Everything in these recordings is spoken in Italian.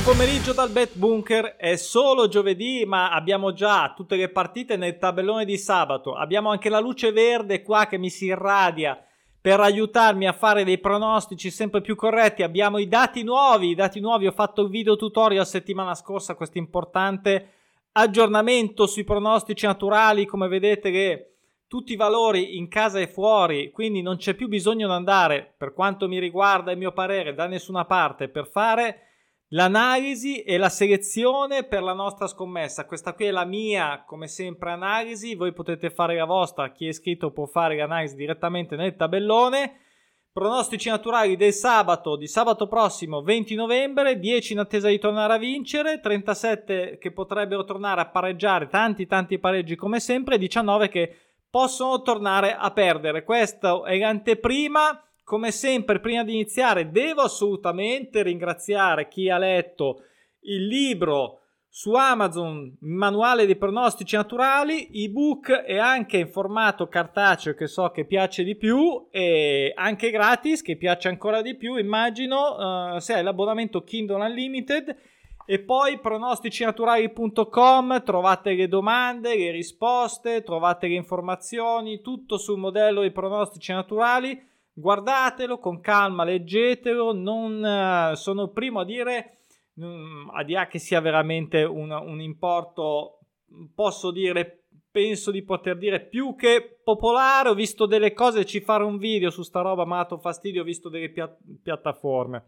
pomeriggio dal Bet Bunker, è solo giovedì ma abbiamo già tutte le partite nel tabellone di sabato, abbiamo anche la luce verde qua che mi si irradia per aiutarmi a fare dei pronostici sempre più corretti. Abbiamo i dati nuovi, ho fatto il video tutorial settimana scorsa, questo importante aggiornamento sui pronostici naturali, come vedete che tutti i valori in casa e fuori, quindi non c'è più bisogno di andare, per quanto mi riguarda e mio parere, da nessuna parte per fare l'analisi e la selezione per la nostra scommessa. Questa qui è la mia, come sempre, analisi. Voi potete fare la vostra, chi è iscritto può fare l'analisi direttamente nel tabellone. Pronostici naturali del sabato, di sabato prossimo 20 novembre, 10 in attesa di tornare a vincere, 37 che potrebbero tornare a pareggiare, tanti pareggi come sempre, 19 che possono tornare a perdere. Questa è l'anteprima. Come sempre, prima di iniziare, devo assolutamente ringraziare chi ha letto il libro su Amazon, Manuale dei pronostici naturali, ebook e anche in formato cartaceo, che so che piace di più, e anche gratis, che piace ancora di più, immagino, se hai l'abbonamento Kindle Unlimited. E poi pronosticinaturali.com, trovate le domande, le risposte, trovate le informazioni, tutto sul modello dei pronostici naturali. Guardatelo con calma, leggetelo, non sono il primo a dire che sia veramente un importo, penso di poter dire più che popolare. Ho visto delle cose, ci fare un video su sta roba, mi ha dato fastidio, ho visto delle piattaforme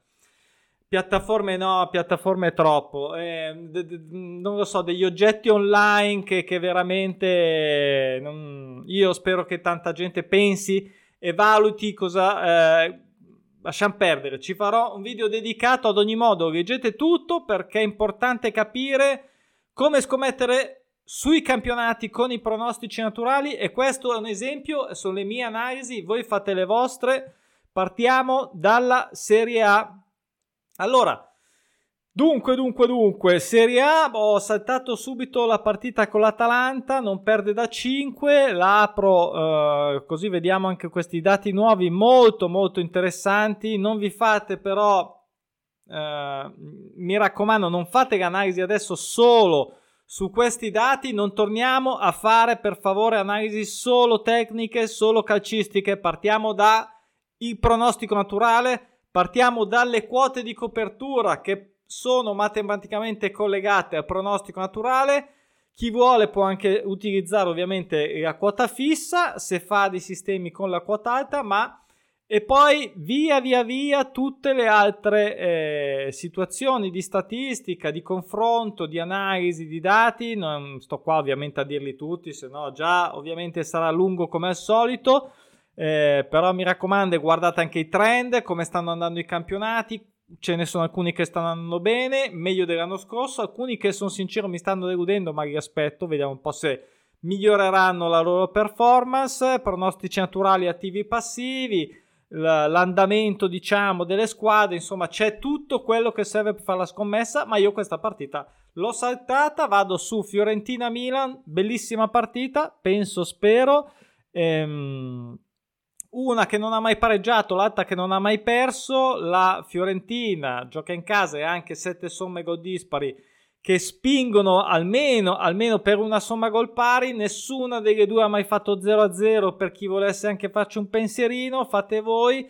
è troppo, non lo so, degli oggetti online che veramente io spero che tanta gente pensi e valuti cosa. Lasciamo perdere, ci farò un video dedicato. Ad ogni modo, leggete tutto perché è importante capire come scommettere sui campionati con i pronostici naturali, e questo è un esempio, sono le mie analisi, voi fate le vostre. Partiamo dalla Serie A. Allora, Dunque, Serie A, ho saltato subito la partita con l'Atalanta, non perde da 5, la apro così vediamo anche questi dati nuovi molto molto interessanti. Non vi fate però, mi raccomando, non fate l'analisi adesso solo su questi dati, non torniamo a fare per favore analisi solo tecniche, solo calcistiche. Partiamo da il pronostico naturale, partiamo dalle quote di copertura che sono matematicamente collegate al pronostico naturale. Chi vuole può anche utilizzare ovviamente la quota fissa se fa dei sistemi con la quota alta, e poi via tutte le altre situazioni di statistica, di confronto, di analisi di dati. Non sto qua ovviamente a dirli tutti, se no già ovviamente sarà lungo come al solito, però mi raccomando, guardate anche i trend, come stanno andando i campionati. Ce ne sono alcuni che stanno andando bene, meglio dell'anno scorso, alcuni che sono sincero mi stanno deludendo, ma li aspetto, vediamo un po' se miglioreranno la loro performance. Pronostici naturali attivi e passivi, l'andamento diciamo delle squadre, insomma c'è tutto quello che serve per fare la scommessa. Ma io questa partita l'ho saltata, vado su Fiorentina-Milan, bellissima partita, spero. Una che non ha mai pareggiato, l'altra che non ha mai perso. La Fiorentina gioca in casa e ha anche 7 somme gol dispari che spingono almeno per una somma gol pari. Nessuna delle due ha mai fatto 0-0, per chi volesse anche farci un pensierino, fate voi.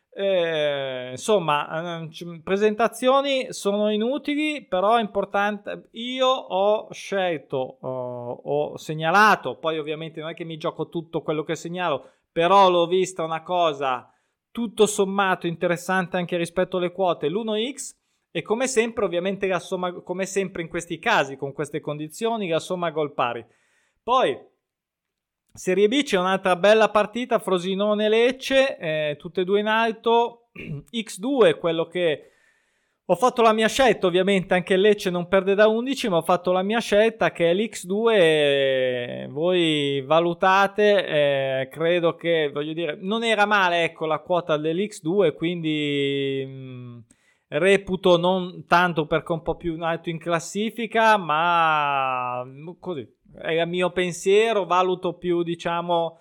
Presentazioni sono inutili, però è importante. Io ho scelto, ho segnalato, poi ovviamente non è che mi gioco tutto quello che segnalo, però l'ho vista una cosa tutto sommato interessante anche rispetto alle quote, l'1x, e come sempre ovviamente la somma, come sempre in questi casi con queste condizioni, la somma gol pari. Poi Serie B c'è un'altra bella partita, Frosinone-Lecce, tutte e due in alto, x2, quello che ho fatto la mia scelta. Ovviamente anche il Lecce non perde da 11, ma ho fatto la mia scelta che è l'X2. Voi valutate, credo che, voglio dire, non era male, ecco, la quota dell'X2, quindi reputo non tanto perché un po' più in alto in classifica, ma così, è il mio pensiero, valuto più, diciamo,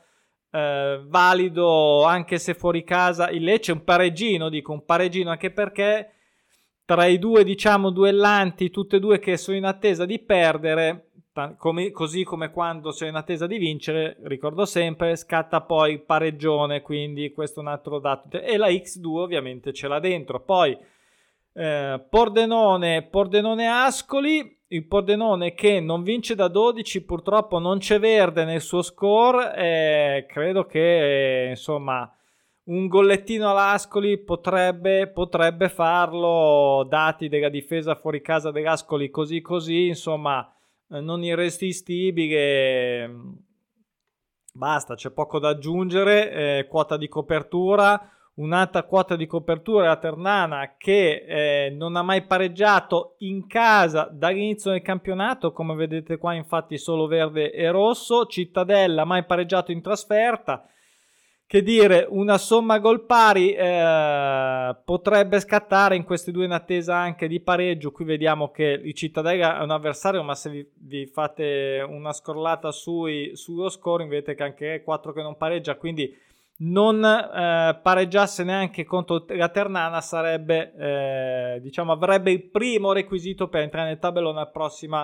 valido anche se fuori casa il Lecce. Un pareggino anche perché tra i due, diciamo, duellanti, tutte e due che sono in attesa di perdere, così come quando sei in attesa di vincere, ricordo sempre, scatta poi pareggione, quindi questo è un altro dato. E la X2 ovviamente ce l'ha dentro. Poi Pordenone Ascoli, il Pordenone che non vince da 12, purtroppo non c'è verde nel suo score, credo che insomma un gollettino all'Ascoli potrebbe farlo, dati della difesa fuori casa dell'Ascoli così, insomma non irresistibile, basta, c'è poco da aggiungere. Quota di copertura, un'altra quota di copertura è la Ternana che non ha mai pareggiato in casa dall'inizio del campionato, come vedete qua infatti solo verde e rosso. Cittadella mai pareggiato in trasferta. Che dire, una somma gol pari potrebbe scattare in questi due in attesa anche di pareggio. Qui vediamo che il Cittadella è un avversario, ma se vi fate una scrollata sullo scoring vedete che anche è 4 che non pareggia, quindi non pareggiasse neanche contro la Ternana sarebbe, diciamo, avrebbe il primo requisito per entrare nel tabellone il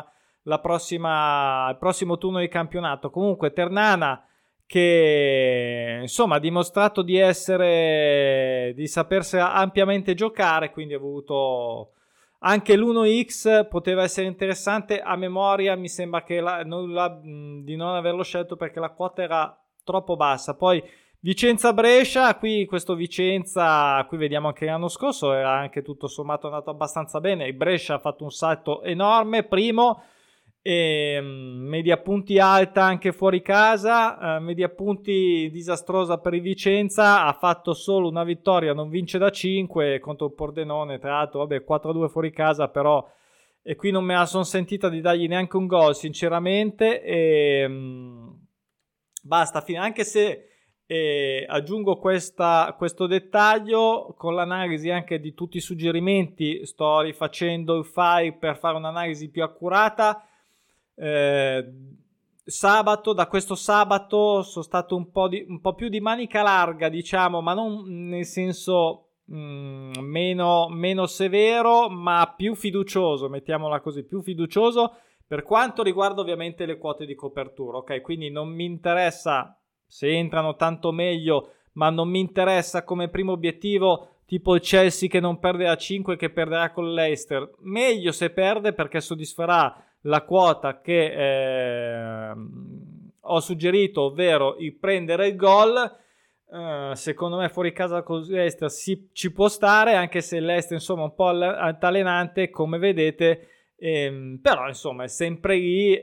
prossimo turno di campionato. Comunque Ternana che insomma ha dimostrato di sapersi ampiamente giocare, quindi ha avuto anche l'1x, poteva essere interessante. A memoria mi sembra che di non averlo scelto perché la quota era troppo bassa. Poi Vicenza-Brescia, qui Vicenza, qui vediamo anche l'anno scorso era anche tutto sommato andato abbastanza bene. Il Brescia ha fatto un salto enorme, primo, e media punti alta anche fuori casa, media punti disastrosa per il Vicenza, ha fatto solo una vittoria, non vince da 5 contro il Pordenone, tra l'altro vabbè 4-2 fuori casa, però e qui non me la sono sentita di dargli neanche un gol sinceramente, e basta, anche se aggiungo questo dettaglio con l'analisi anche di tutti i suggerimenti. Sto rifacendo il file per fare un'analisi più accurata. Da questo sabato sono stato un po' più di manica larga, diciamo, ma non nel senso meno severo, ma più fiducioso, mettiamola così, più fiducioso per quanto riguarda ovviamente le quote di copertura. Ok, quindi non mi interessa se entrano tanto meglio, ma non mi interessa come primo obiettivo tipo il Chelsea che non perde a 5, che perderà con l'Leicester. Meglio se perde perché soddisferà la quota che ho suggerito, ovvero il prendere il gol. Secondo me fuori casa con l'Leicester ci può stare, anche se l'Leicester insomma è un po' altalenante come vedete, però insomma è sempre lì.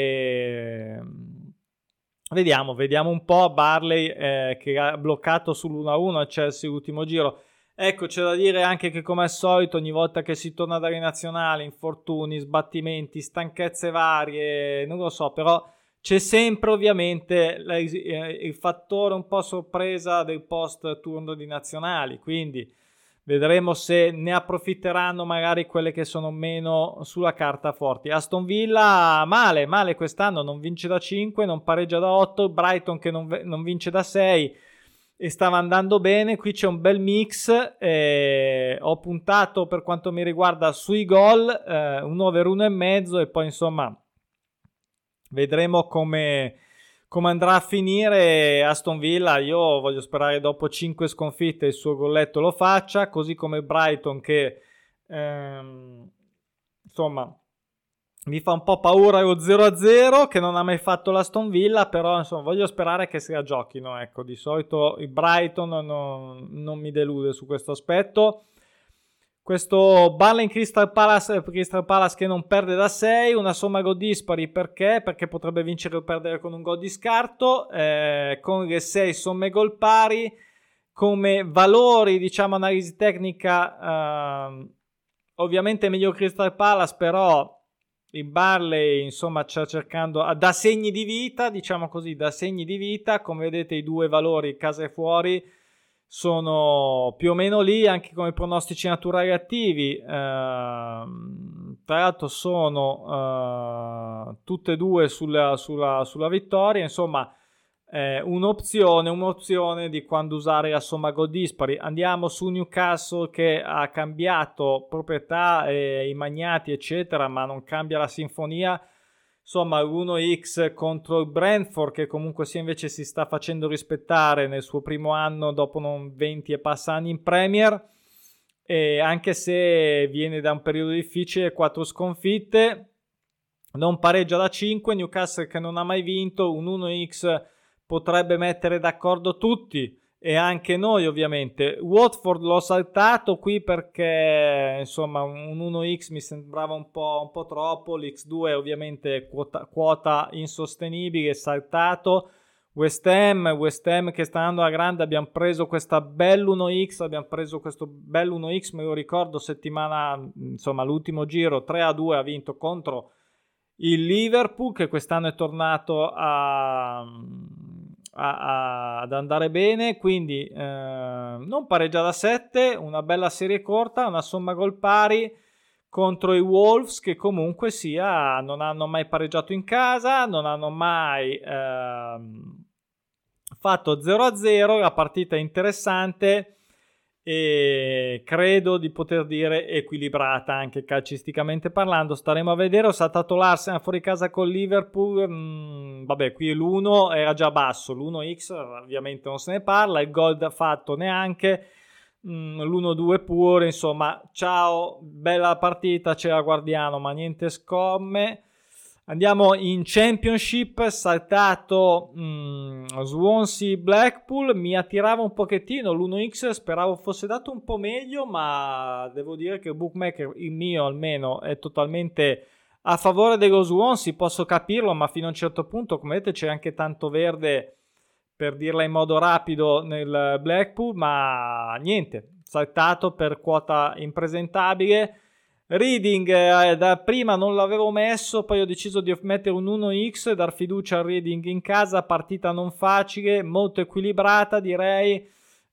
Vediamo un po'. Barley che ha bloccato sull'1-1 al Chelsea l'ultimo giro. Ecco, c'è da dire anche che come al solito ogni volta che si torna dalle nazionali, infortuni, sbattimenti, stanchezze varie, non lo so, però c'è sempre ovviamente il fattore un po' sorpresa del post turno di nazionali, quindi vedremo se ne approfitteranno magari quelle che sono meno sulla carta forti. Aston Villa male quest'anno, non vince da 5, non pareggia da 8, Brighton che non vince da 6 e stava andando bene. Qui c'è un bel mix, ho puntato per quanto mi riguarda sui gol, un over 1,5 e poi insomma vedremo come andrà a finire. Aston Villa, io voglio sperare dopo 5 sconfitte il suo golletto lo faccia, così come Brighton che insomma mi fa un po' paura lo 0-0 che non ha mai fatto l'Aston Villa, però insomma voglio sperare che se la giochino. Ecco, di solito il Brighton non mi delude su questo aspetto. Questo Burnley Crystal Palace che non perde da 6, una somma gol dispari perché potrebbe vincere o perdere con un gol di scarto, con le 6 somme gol pari. Come valori, diciamo, analisi tecnica, ovviamente meglio Crystal Palace, però il Burnley insomma sta cercando, da segni di vita, diciamo così, da segni di vita. Come vedete i due valori casa e fuori sono più o meno lì, anche come pronostici naturali attivi. Tra l'altro sono tutte e due sulla vittoria, insomma un'opzione di quando usare la somma gol dispari. Andiamo su Newcastle, che ha cambiato proprietà, i magnati eccetera, ma non cambia la sinfonia. Insomma, l'1x contro il Brentford, che comunque invece si sta facendo rispettare nel suo primo anno dopo 20 e passa anni in Premier, e anche se viene da un periodo difficile, 4 sconfitte, non pareggia da 5. Newcastle che non ha mai vinto, un 1x potrebbe mettere d'accordo tutti e anche noi ovviamente. Watford l'ho saltato qui perché insomma un 1x mi sembrava un po' troppo, l'x2 ovviamente quota insostenibile, saltato. West Ham che sta andando alla grande, abbiamo preso questo bell'1x, me lo ricordo settimana, insomma l'ultimo giro 3-2 ha vinto contro il Liverpool, che quest'anno è tornato ad andare bene, quindi non pareggia da 7, una bella serie corta, una somma gol pari contro i Wolves, che comunque sia non hanno mai pareggiato in casa, non hanno mai fatto 0-0, la partita è interessante e credo di poter dire equilibrata anche calcisticamente parlando. Staremo a vedere. Ho saltato l'Arsenal fuori casa con Liverpool, vabbè, qui l'1 era già basso, l'1x ovviamente non se ne parla, il gol da fatto neanche, l'1-2 pure, insomma ciao, bella partita, ce la guardiamo ma niente scomme. Andiamo in Championship, saltato Swansea Blackpool, mi attirava un pochettino l'1x, speravo fosse dato un po' meglio, ma devo dire che il bookmaker, il mio almeno, è totalmente a favore dello Swansea. Posso capirlo, ma fino a un certo punto, come vedete, c'è anche tanto verde, per dirla in modo rapido, nel Blackpool, ma niente, saltato per quota impresentabile. Reading, da prima non l'avevo messo, poi ho deciso di mettere un 1x, dar fiducia al Reading in casa, partita non facile, molto equilibrata direi,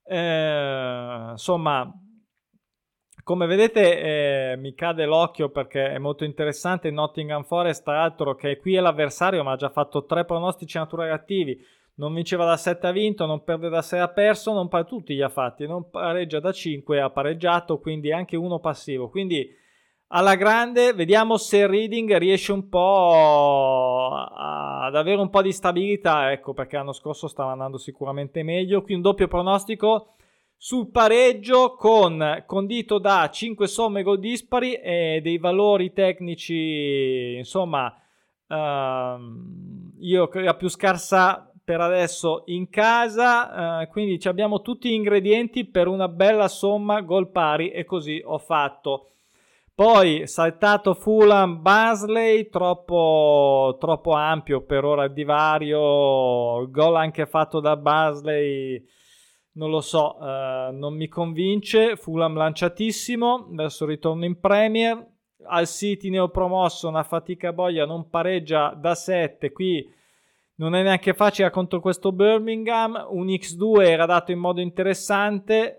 insomma come vedete mi cade l'occhio perché è molto interessante. Nottingham Forest, tra l'altro, che qui è l'avversario ma ha già fatto 3 pronostici naturali attivi, non vinceva da 7 ha vinto, non perde da 6 ha perso, tutti li ha fatti, non pareggia da 5 ha pareggiato, quindi anche uno passivo, quindi alla grande. Vediamo se Reading riesce un po' ad avere un po' di stabilità, ecco, perché l'anno scorso stava andando sicuramente meglio. Qui un doppio pronostico sul pareggio condito da 5 somme gol dispari e dei valori tecnici, insomma io credo la più scarsa per adesso in casa, quindi abbiamo tutti gli ingredienti per una bella somma gol pari e così ho fatto. Poi saltato Fulham Barnsley, troppo ampio per ora il divario, il gol anche fatto da Barnsley non lo so, non mi convince. Fulham lanciatissimo, adesso ritorno in Premier. Al City neopromosso, una fatica boia, non pareggia da 7, qui non è neanche facile contro questo Birmingham. Un X2 era dato in modo interessante,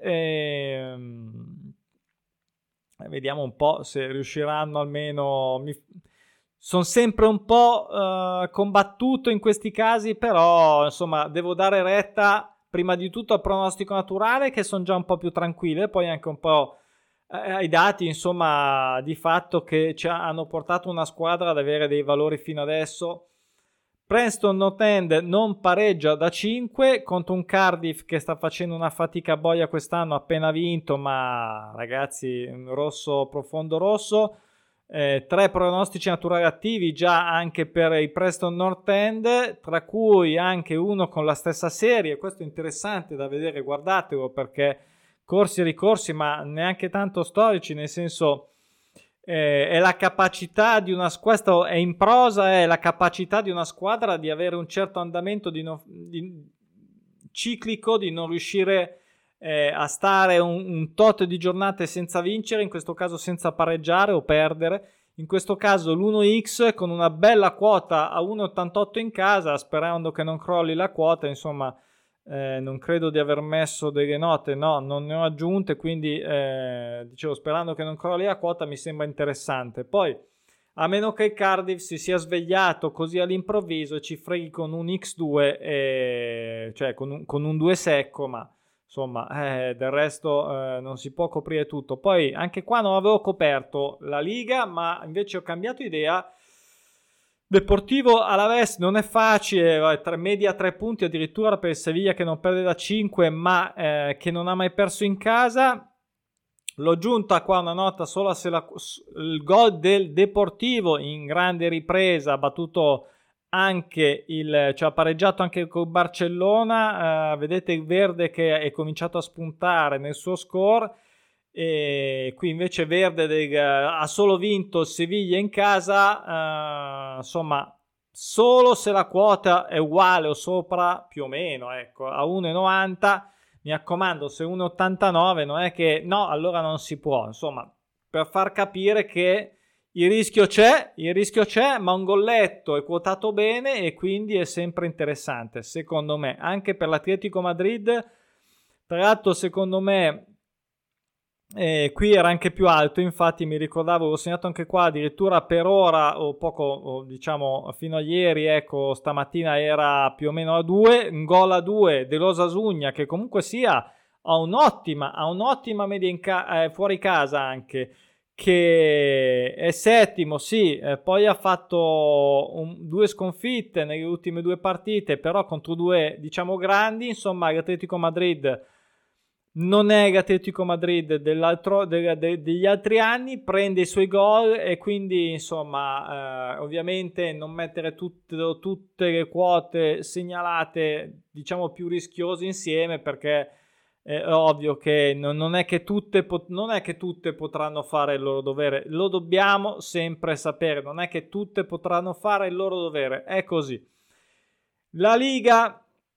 vediamo un po' se riusciranno almeno. Sono sempre un po' combattuto in questi casi, però insomma devo dare retta prima di tutto al pronostico naturale, che sono già un po' più tranquille, poi anche un po' ai dati, insomma, di fatto che hanno portato una squadra ad avere dei valori fino adesso. Preston North End non pareggia da 5 contro un Cardiff che sta facendo una fatica boia quest'anno, appena vinto, ma ragazzi, un rosso, profondo rosso. 3 pronostici naturali attivi già anche per i Preston North End, tra cui anche uno con la stessa serie. Questo è interessante da vedere, guardatelo, perché corsi e ricorsi, ma neanche tanto storici, nel senso è la capacità di una squadra, è in prosa, è la capacità di una squadra di avere un certo andamento ciclico, di non riuscire a stare un tot di giornate senza vincere, in questo caso senza pareggiare o perdere. In questo caso l'1x con una bella quota a 1,88 in casa, sperando che non crolli la quota, insomma. Non credo di aver messo delle note, no, non ne ho aggiunte, quindi dicevo, sperando che non crolli la quota, mi sembra interessante. Poi a meno che il Cardiff si sia svegliato così all'improvviso e ci freghi con un X2, cioè con un 2 secco, ma insomma, del resto non si può coprire tutto. Poi anche qua non avevo coperto la Liga, ma invece ho cambiato idea. Deportivo Alavés non è facile, media 3 punti addirittura per il Sevilla che non perde da 5, ma che non ha mai perso in casa. L'ho giunta qua una nota solo se il gol del Deportivo in grande ripresa ha battuto anche cioè ha pareggiato anche con Barcellona. Vedete il verde che è cominciato a spuntare nel suo score, e qui invece verde ha solo vinto il Sevilla in casa. Insomma, solo se la quota è uguale o sopra più o meno, ecco, a 1,90. Mi raccomando, se 1,89 non è che no, allora non si può, insomma, per far capire che il rischio c'è, ma un golletto è quotato bene e quindi è sempre interessante, secondo me, anche per l'Atletico Madrid. Tra l'altro, secondo me, qui era anche più alto, infatti mi ricordavo, ho segnato anche qua, addirittura per ora o poco, o diciamo fino a ieri, ecco, stamattina era più o meno a 2, un gol a 2 dell'Osasuna che comunque sia ha un'ottima media fuori casa anche, che è settimo, sì, poi ha fatto 2 sconfitte nelle ultime 2 partite, però contro 2 diciamo grandi, insomma l'Atletico Madrid non è l'Atletico Madrid degli altri anni, prende i suoi gol e quindi insomma ovviamente non mettere tutte le quote segnalate diciamo più rischiose insieme, perché è ovvio che non è che tutte potranno fare il loro dovere, lo dobbiamo sempre sapere, non è che tutte potranno fare il loro dovere, è così. La Liga,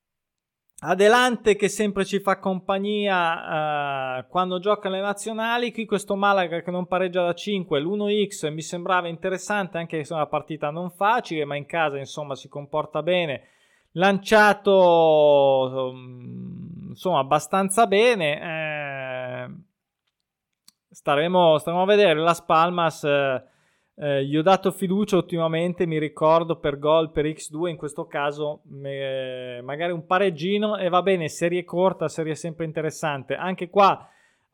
Adelante che sempre ci fa compagnia quando gioca le nazionali. Qui questo Malaga che non pareggia da 5, l'1x mi sembrava interessante, anche se è una partita non facile, ma in casa insomma si comporta bene, lanciato insomma abbastanza bene. Staremo a vedere. Las Palmas, gli ho dato fiducia ultimamente, mi ricordo, per gol per X2, in questo caso magari un pareggino e va bene, serie corta, serie sempre interessante. Anche qua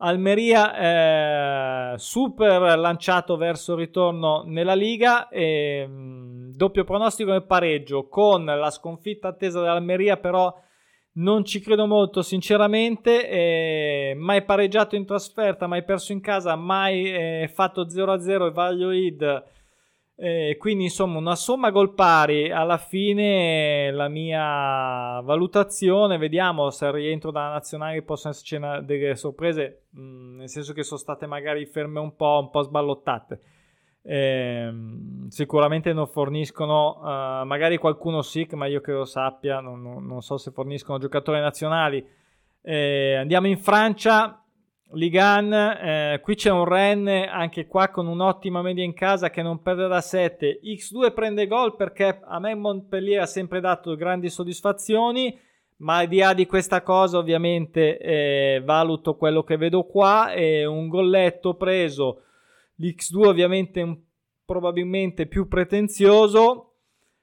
Almeria super lanciato verso il ritorno nella Liga, doppio pronostico nel pareggio con la sconfitta attesa dell'Almeria, però non ci credo molto sinceramente. Mai pareggiato in trasferta, mai perso in casa, mai fatto 0-0 il Valladolid, quindi insomma una somma gol pari. Alla fine la mia valutazione, vediamo se al rientro dalla nazionale possono esserci delle sorprese, nel senso che sono state magari ferme un po' sballottate. Sicuramente non forniscono, magari qualcuno sì, ma io che lo sappia non so se forniscono giocatori nazionali. Andiamo in Francia, Ligue 1, qui c'è un Rennes anche qua con un'ottima media in casa che non perde da 7. X2 prende gol perché a me Montpellier ha sempre dato grandi soddisfazioni, ma al di là di questa cosa ovviamente valuto quello che vedo qua, e un golletto preso. L'X2 ovviamente probabilmente più pretenzioso,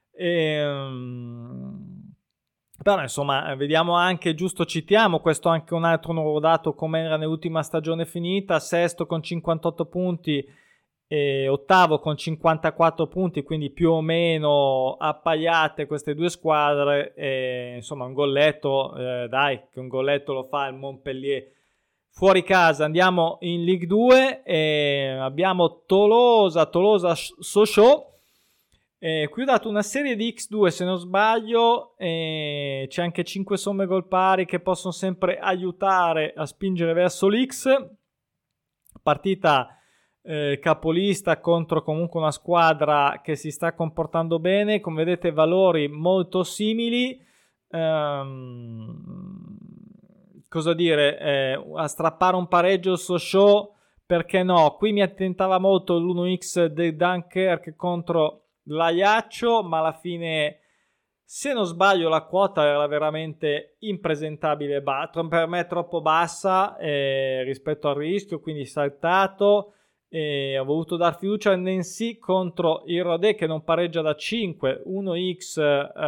però insomma vediamo anche, giusto citiamo questo, anche un altro nuovo dato come era nell'ultima stagione finita: sesto con 58 punti e ottavo con 54 punti, quindi più o meno appaiate queste due squadre. Insomma un golletto, dai, che un golletto lo fa il Montpellier fuori casa. Andiamo in Ligue 2 e abbiamo Tolosa Sochaux. Qui ho dato una serie di X2 se non sbaglio, c'è anche 5 somme gol pari che possono sempre aiutare a spingere verso l'X. Partita capolista contro comunque una squadra che si sta comportando bene, come vedete valori molto simili. Cosa dire, a strappare un pareggio su show, perché no? Qui mi attentava molto l'1x del Dunkerque contro l'Ajaccio, ma alla fine, se non sbaglio, la quota era veramente impresentabile, per me troppo bassa rispetto al rischio, quindi saltato. e ho voluto dar fiducia al Nancy contro il Rodé che non pareggia da 5, 1x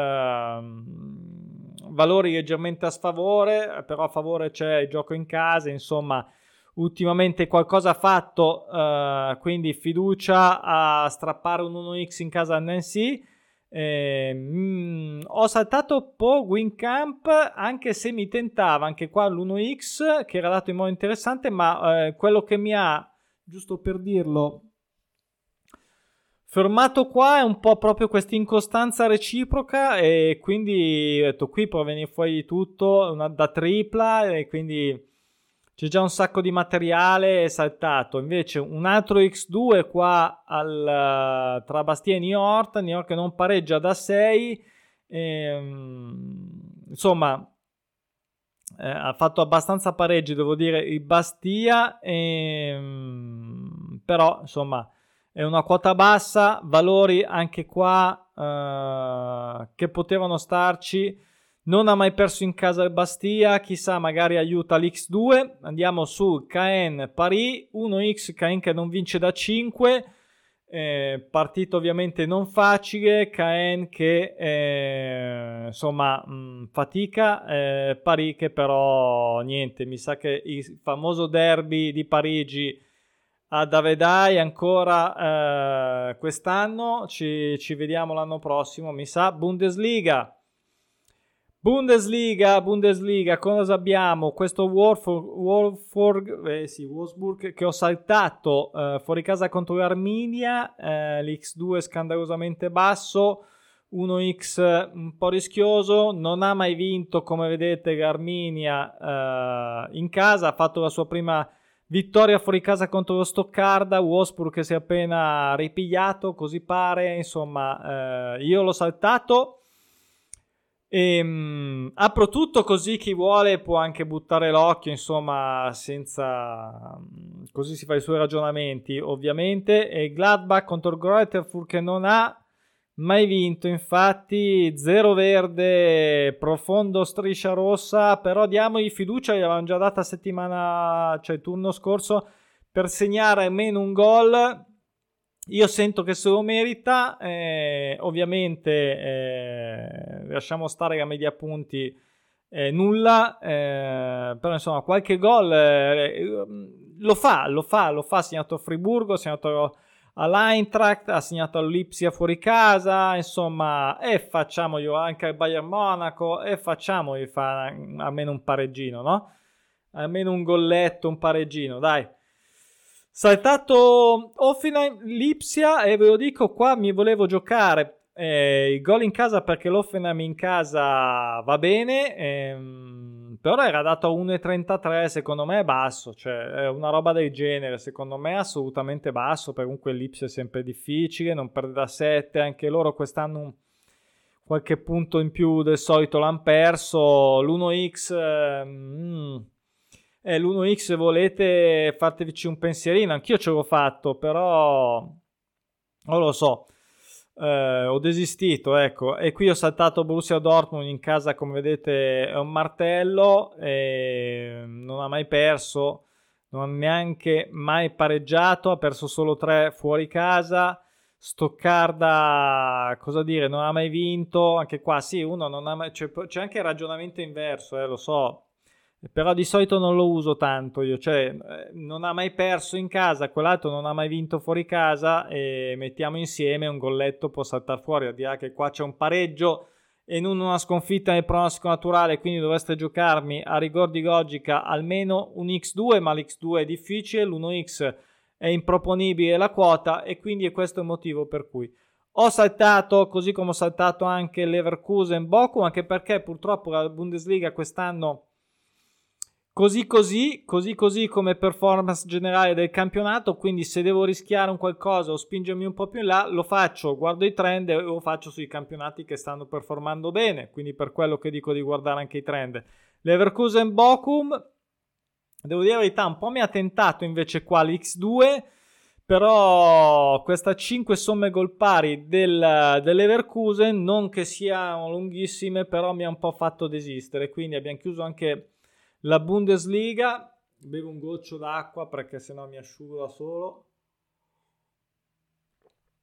valori leggermente a sfavore, però a favore c'è il gioco in casa, insomma ultimamente qualcosa ha fatto, quindi fiducia a strappare un 1x in casa al Nancy. Ho saltato Po Wincamp anche se mi tentava anche qua l'1x che era dato in modo interessante, ma quello che mi ha, giusto per dirlo, fermato qua è un po' proprio questa incostanza reciproca, e quindi ho detto qui può venire fuori tutto da tripla, e quindi c'è già un sacco di materiale saltato. Invece un altro X2 qua tra Bastia e New York che non pareggia da 6, insomma ha fatto abbastanza pareggi, devo dire, il Bastia, però insomma è una quota bassa, valori anche qua che potevano starci. Non ha mai perso in casa il Bastia, chissà, magari aiuta l'X2. Andiamo sul Caen Paris, 1x Caen che non vince da 5, partita ovviamente non facile, Caen che insomma fatica, Paris che però niente, mi sa che il famoso derby di Parigi a Davedai ancora quest'anno, ci vediamo l'anno prossimo, mi sa. Bundesliga, cosa abbiamo? Questo Wolfsburg che ho saltato fuori casa contro l'Arminia, l'X2 scandalosamente basso, 1x un po' rischioso, non ha mai vinto come vedete l'Arminia in casa, ha fatto la sua prima vittoria fuori casa contro lo Stoccarda, Wolfsburg che si è appena ripigliato, così pare, insomma io l'ho saltato. Apro tutto così chi vuole può anche buttare l'occhio, insomma, senza, così si fa i suoi ragionamenti ovviamente. E Gladbach contro il Greuther Fürth che non ha mai vinto, infatti 0 verde, profondo striscia rossa, però diamogli fiducia, gli avevamo già data cioè il turno scorso, per segnare almeno un gol. Io sento che se lo merita, ovviamente lasciamo stare la media punti, nulla, però insomma qualche gol lo fa, ha segnato a Friburgo, ha segnato all'Eintracht, ha segnato all'Ipsia fuori casa, insomma, e facciamogli anche al Bayern Monaco, e facciamogli fare almeno un pareggino, no? Almeno un golletto, un pareggino, dai. Saltato Hoffenheim, Lipsia, e ve lo dico qua, mi volevo giocare il gol in casa perché l'Hoffenheim in casa va bene, però era dato a 1,33, secondo me è basso, cioè una roba del genere, secondo me è assolutamente basso, perché comunque Lipsia è sempre difficile, non perde da 7, anche loro quest'anno qualche punto in più del solito l'hanno perso, l'1x... l'1x se volete fatevici un pensierino, anch'io ce l'ho fatto, però non lo so, ho desistito, ecco. E qui ho saltato Borussia Dortmund in casa, come vedete è un martello, non ha mai perso, non ha neanche mai pareggiato, ha perso solo 3 fuori casa. Stoccarda, cosa dire, non ha mai vinto, anche qua sì, uno non ha mai, c'è anche il ragionamento inverso, lo so, però di solito non lo uso tanto io, cioè non ha mai perso in casa, quell'altro non ha mai vinto fuori casa, e mettiamo insieme un golletto, può saltare fuori, a dire che qua c'è un pareggio e non una sconfitta nel pronostico naturale, quindi dovreste giocarmi a rigor di logica almeno un X2, ma l'X2 è difficile, l'1X è improponibile la quota, e quindi è questo il motivo per cui ho saltato, così come ho saltato anche Leverkusen Bochum, anche perché purtroppo la Bundesliga quest'anno così come performance generale del campionato, quindi se devo rischiare un qualcosa o spingermi un po' più in là, lo faccio, guardo i trend e lo faccio sui campionati che stanno performando bene, quindi per quello che dico di guardare anche i trend. Leverkusen Bochum, devo dire la verità, un po' mi ha tentato invece qua l'X2, però questa 5 somme gol pari del Leverkusen, non che siano lunghissime, però mi ha un po' fatto desistere, quindi abbiamo chiuso anche la Bundesliga. Bevo un goccio d'acqua perché sennò mi asciugo da solo.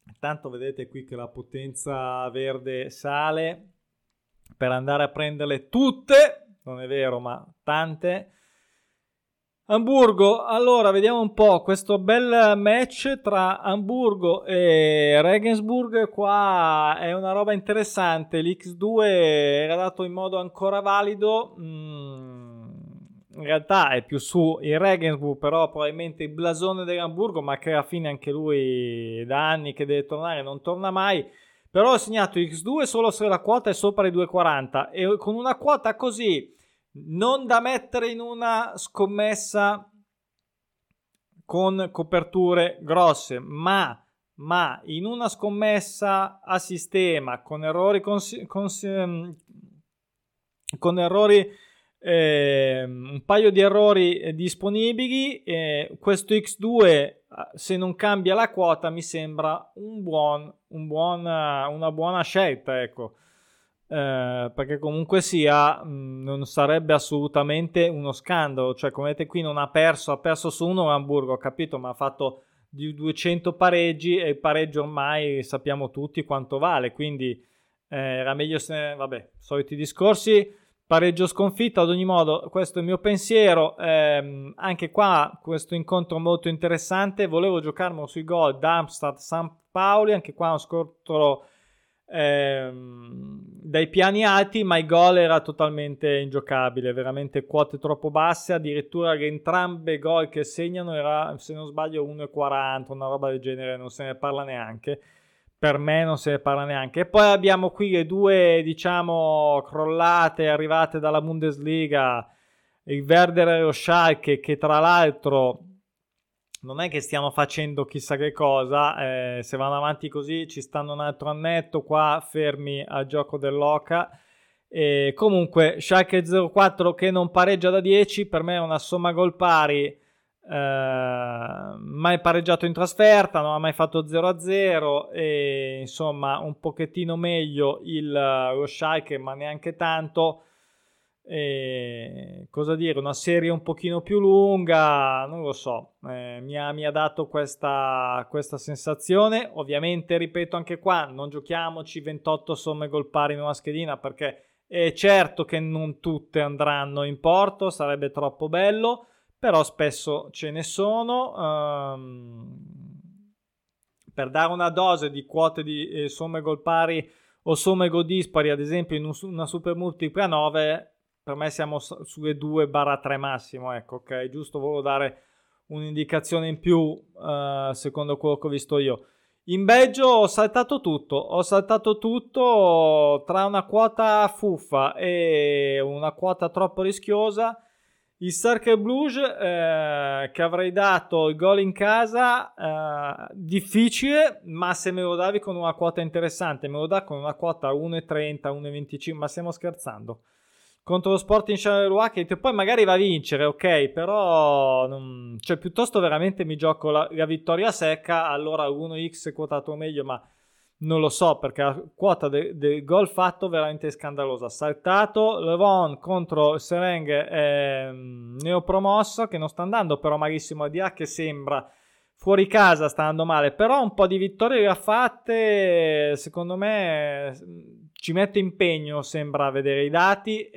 Tanto vedete qui che la potenza verde sale per andare a prenderle tutte, non è vero, ma tante. Hamburgo, allora vediamo un po' questo bel match tra Hamburgo e Regensburg. Qua è una roba interessante. L'X2 era dato in modo ancora valido. In realtà è più su il Regensburg, però probabilmente il blasone dell'Hamburgo, ma che alla fine anche lui da anni che deve tornare non torna mai. Però ho segnato X2 solo se la quota è sopra i 2,40 e con una quota così non da mettere in una scommessa con coperture grosse, ma in una scommessa a sistema con errori con errori un paio di errori disponibili, questo X2 se non cambia la quota mi sembra una buona scelta, ecco. Perché comunque sia non sarebbe assolutamente uno scandalo, cioè come vedete qui non ha perso su uno Hamburgo, ho capito, ma ha fatto di 200 pareggi e il pareggio ormai sappiamo tutti quanto vale, quindi era meglio se vabbè, soliti discorsi, pareggio sconfitta. Ad ogni modo questo è il mio pensiero. Anche qua questo incontro molto interessante, volevo giocarmelo sui gol Darmstadt-San Paoli, anche qua uno scontro dai piani alti, ma il gol era totalmente ingiocabile, veramente quote troppo basse, addirittura che entrambi i gol che segnano era, se non sbaglio, 1,40, una roba del genere, non se ne parla neanche, per me non se ne parla neanche. E poi abbiamo qui le due, diciamo, crollate arrivate dalla Bundesliga, il Werder e lo Schalke, che tra l'altro non è che stiamo facendo chissà che cosa, se vanno avanti così ci stanno un altro annetto qua fermi al gioco dell'Oca. Comunque Schalke 04 che non pareggia da 10, per me è una somma gol pari, mai pareggiato in trasferta, non ha mai fatto 0-0 e insomma un pochettino meglio lo Schalke, ma neanche tanto. Cosa dire, una serie un pochino più lunga, non lo so, mi ha dato questa sensazione. Ovviamente ripeto anche qua, non giochiamoci 28 somme gol pari in una schedina, perché è certo che non tutte andranno in porto, sarebbe troppo bello, però spesso ce ne sono. Per dare una dose di quote di somme gol pari o somme gol dispari, ad esempio in una super multipla 9, per me siamo sulle 2/3 massimo, ecco, ok, giusto, volevo dare un'indicazione in più secondo quello che ho visto io. In Belgio ho saltato tutto tra una quota fuffa e una quota troppo rischiosa. Il Cercle Bruges, che avrei dato il gol in casa, difficile, ma se me lo davi con una quota interessante, me lo dà con una quota 1,30, 1,25, ma stiamo scherzando. Contro lo Sporting Charleroi, che poi magari va a vincere, ok, però cioè piuttosto veramente mi gioco la vittoria secca, allora 1x è quotato meglio, ma non lo so, perché la quota del gol fatto veramente scandalosa. Saltato Le Bon contro il Serenghe, neopromosso, che non sta andando però malissimo, a DA che sembra fuori casa sta andando male, però un po' di vittorie le ha fatte, secondo me ci mette impegno, sembra vedere i dati,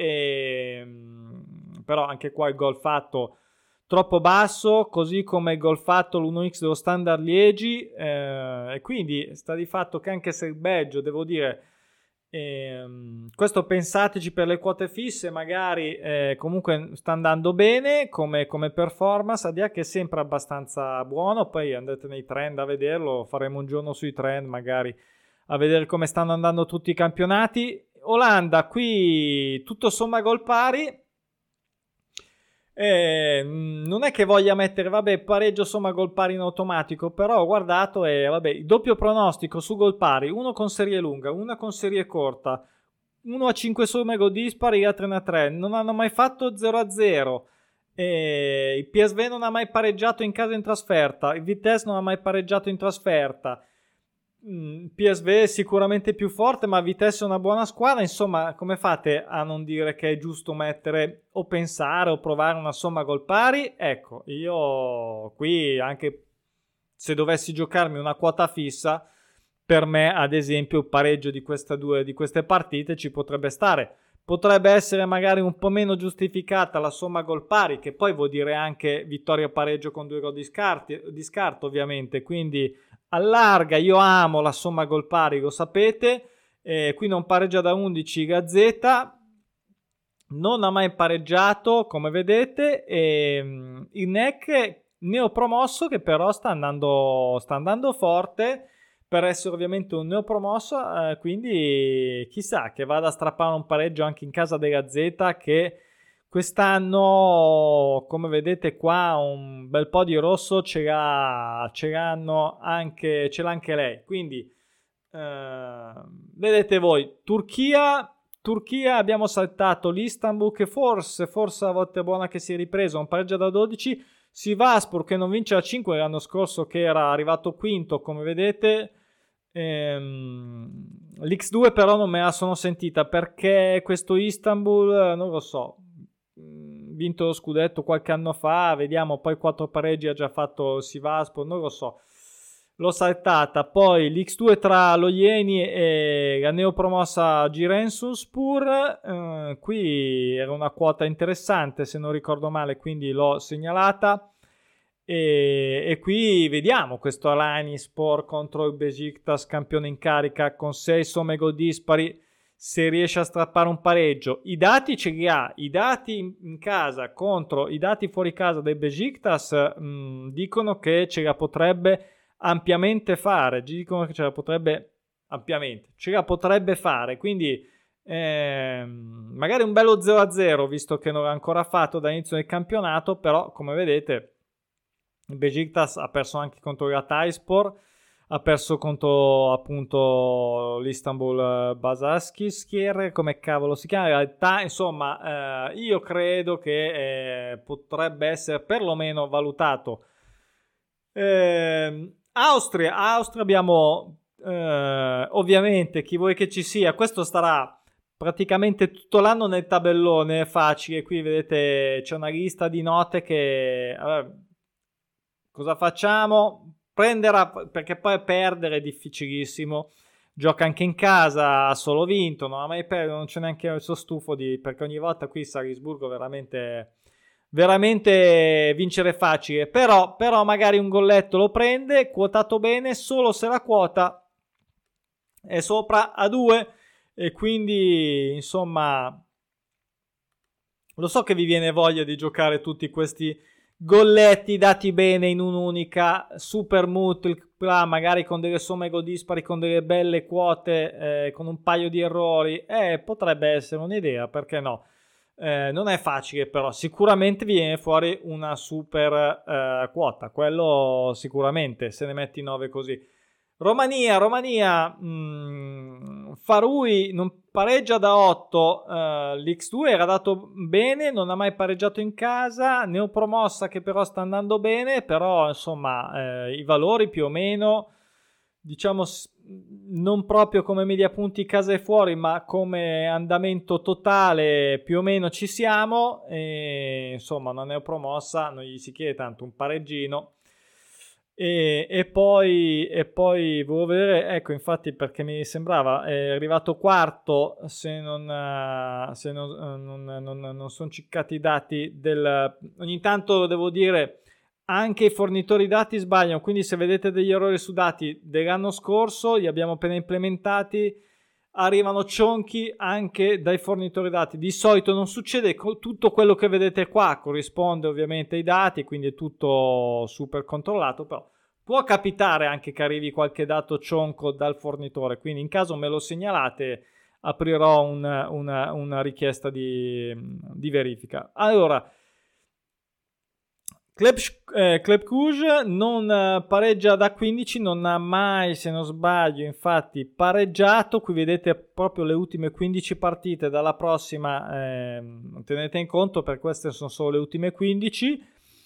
però anche qua il gol fatto troppo basso, così come il gol fatto l'1x dello Standard Liegi, e quindi sta di fatto che anche se il Belgio, devo dire, questo pensateci per le quote fisse, magari comunque sta andando bene come performance, a dire che è sempre abbastanza buono. Poi andate nei trend a vederlo, faremo un giorno sui trend magari a vedere come stanno andando tutti i campionati. Olanda qui tutto somma gol pari, non è che voglia mettere vabbè pareggio somma gol pari in automatico, però ho guardato e vabbè, il doppio pronostico su gol pari, uno con serie lunga, uno con serie corta, uno a 5 somme gol dispari, gli altri a 3, non hanno mai fatto 0-0. Il PSV non ha mai pareggiato in casa in trasferta, il Vitesse non ha mai pareggiato in trasferta. PSV è sicuramente più forte, ma Vitesse è una buona squadra. Insomma, come fate a non dire che è giusto mettere o pensare o provare una somma gol pari? Ecco, io qui anche se dovessi giocarmi una quota fissa per me, ad esempio, il pareggio di queste partite ci potrebbe stare. Potrebbe essere magari un po' meno giustificata la somma gol pari, che poi vuol dire anche vittoria o pareggio con 2 gol di scarto, ovviamente. Quindi allarga, io amo la somma gol pari, lo sapete. Qui non pareggia da 11 Gazzetta, non ha mai pareggiato, come vedete. Il NEC neopromosso, che però sta andando forte per essere ovviamente un neopromosso, quindi chissà che vada a strappare un pareggio anche in casa della Z, che quest'anno, come vedete qua, un bel po' di rosso ce l'ha anche lei. Quindi vedete voi, Turchia, abbiamo saltato l'Istanbul, che forse a volte è buona, che si è ripreso, un pareggio da 12. Sivasspor, che non vince da 5 l'anno scorso, che era arrivato quinto, come vedete. L'X2 però non me la sono sentita, perché questo Istanbul, non lo so, vinto lo scudetto qualche anno fa, vediamo, poi 4 pareggi ha già fatto Sivasspor, non lo so, l'ho saltata. Poi l'X2 tra lo Ieni e la neopromossa Giresunspor, qui era una quota interessante se non ricordo male, quindi l'ho segnalata. E qui vediamo questo Alanyaspor contro il Besiktas, campione in carica, con 6 somme gol dispari, se riesce a strappare un pareggio. I dati ce li ha, i dati in casa contro i dati fuori casa del Besiktas dicono che ce la potrebbe ampiamente fare, fare, quindi magari un bello 0-0, visto che non l'ha ancora fatto dall'inizio del campionato, però come vedete il Besiktas ha perso anche contro il Hatayspor, ha perso contro appunto l'Istanbul Basaksehir, come cavolo si chiama in realtà. Insomma, io credo che potrebbe essere perlomeno valutato. Austria abbiamo ovviamente, chi vuoi che ci sia, questo starà praticamente tutto l'anno nel tabellone, è facile. Qui vedete c'è una lista di note che cosa facciamo? Prenderà, perché poi perdere è difficilissimo. Gioca anche in casa, ha solo vinto, non ha mai perso, non c'è neanche il suo stufo perché ogni volta qui Salisburgo veramente vincere facile. Però magari un golletto lo prende, quotato bene, solo se la quota è sopra a 2, e quindi insomma lo so che vi viene voglia di giocare tutti questi golletti dati bene in un'unica super multipla, magari con delle somme gol dispari, con delle belle quote, con un paio di errori, potrebbe essere un'idea, perché no? Non è facile, però sicuramente viene fuori una super quota, quello sicuramente, se ne metti 9 così. Romania, Farui non pareggia da 8, l'X2 era dato bene, non ha mai pareggiato in casa, neopromossa che però sta andando bene, però insomma i valori più o meno, diciamo non proprio come media punti casa e fuori, ma come andamento totale più o meno ci siamo, e insomma una neopromossa non gli si chiede tanto, un pareggino. E poi volevo vedere, ecco, infatti, perché mi sembrava è arrivato quarto, se non sono ciccati i dati ogni tanto devo dire anche i fornitori dati sbagliano, quindi se vedete degli errori su dati dell'anno scorso, li abbiamo appena implementati, arrivano cionchi anche dai fornitori dati. Di solito non succede, tutto quello che vedete qua corrisponde ovviamente ai dati, quindi è tutto super controllato, però può capitare anche che arrivi qualche dato cionco dal fornitore, quindi in caso me lo segnalate aprirò una richiesta di verifica. Allora, Club Cluj non pareggia da 15, non ha mai, se non sbaglio, infatti pareggiato. Qui vedete proprio le ultime 15 partite, dalla prossima tenete in conto, per queste sono solo le ultime 15.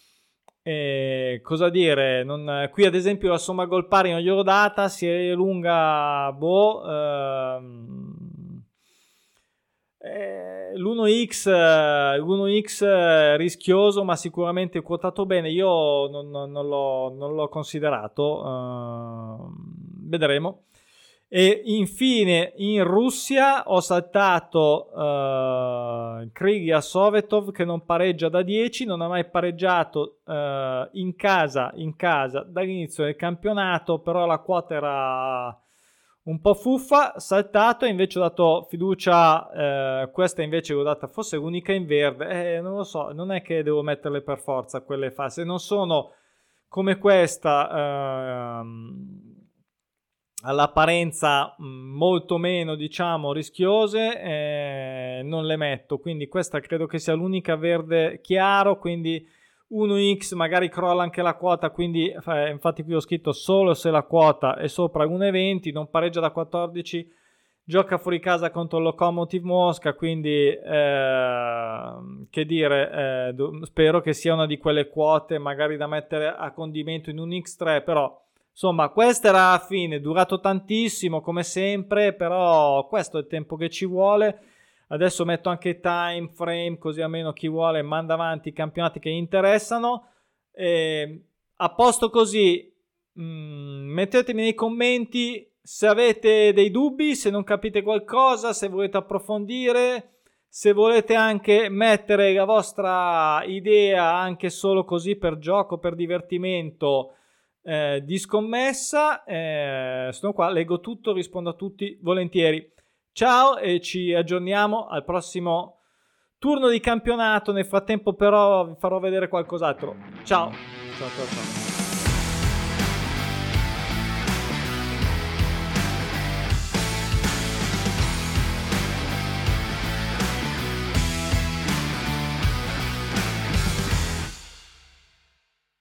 Cosa dire? Qui ad esempio la somma gol pari non gliel'ho data, si è lunga l'1x rischioso, ma sicuramente quotato bene. Io non l'ho considerato, vedremo. E infine in Russia ho saltato Krygia Sovetov, che non pareggia da 10, non ha mai pareggiato in casa dall'inizio del campionato, però la quota era un po' fuffa, saltato, e invece ho dato fiducia, questa invece l'ho data, forse l'unica in verde, non lo so, non è che devo metterle per forza quelle false, non sono come questa all'apparenza molto meno, diciamo, rischiose, non le metto, quindi questa credo che sia l'unica verde chiaro, quindi 1x magari crolla anche la quota, quindi infatti qui ho scritto solo se la quota è sopra 1,20, non pareggia da 14, gioca fuori casa contro il Lokomotiv Mosca, quindi che dire, spero che sia una di quelle quote magari da mettere a condimento in un X3, però insomma questa era la fine, durato tantissimo come sempre, però questo è il tempo che ci vuole. Adesso metto anche time frame, così almeno chi vuole manda avanti i campionati che gli interessano. A posto così, mettetemi nei commenti se avete dei dubbi, se non capite qualcosa, se volete approfondire, se volete anche mettere la vostra idea anche solo così per gioco, per divertimento, di scommessa. Sono qua, leggo tutto, rispondo a tutti volentieri. Ciao e ci aggiorniamo al prossimo turno di campionato. Nel frattempo però vi farò vedere qualcos'altro. Ciao. Ciao.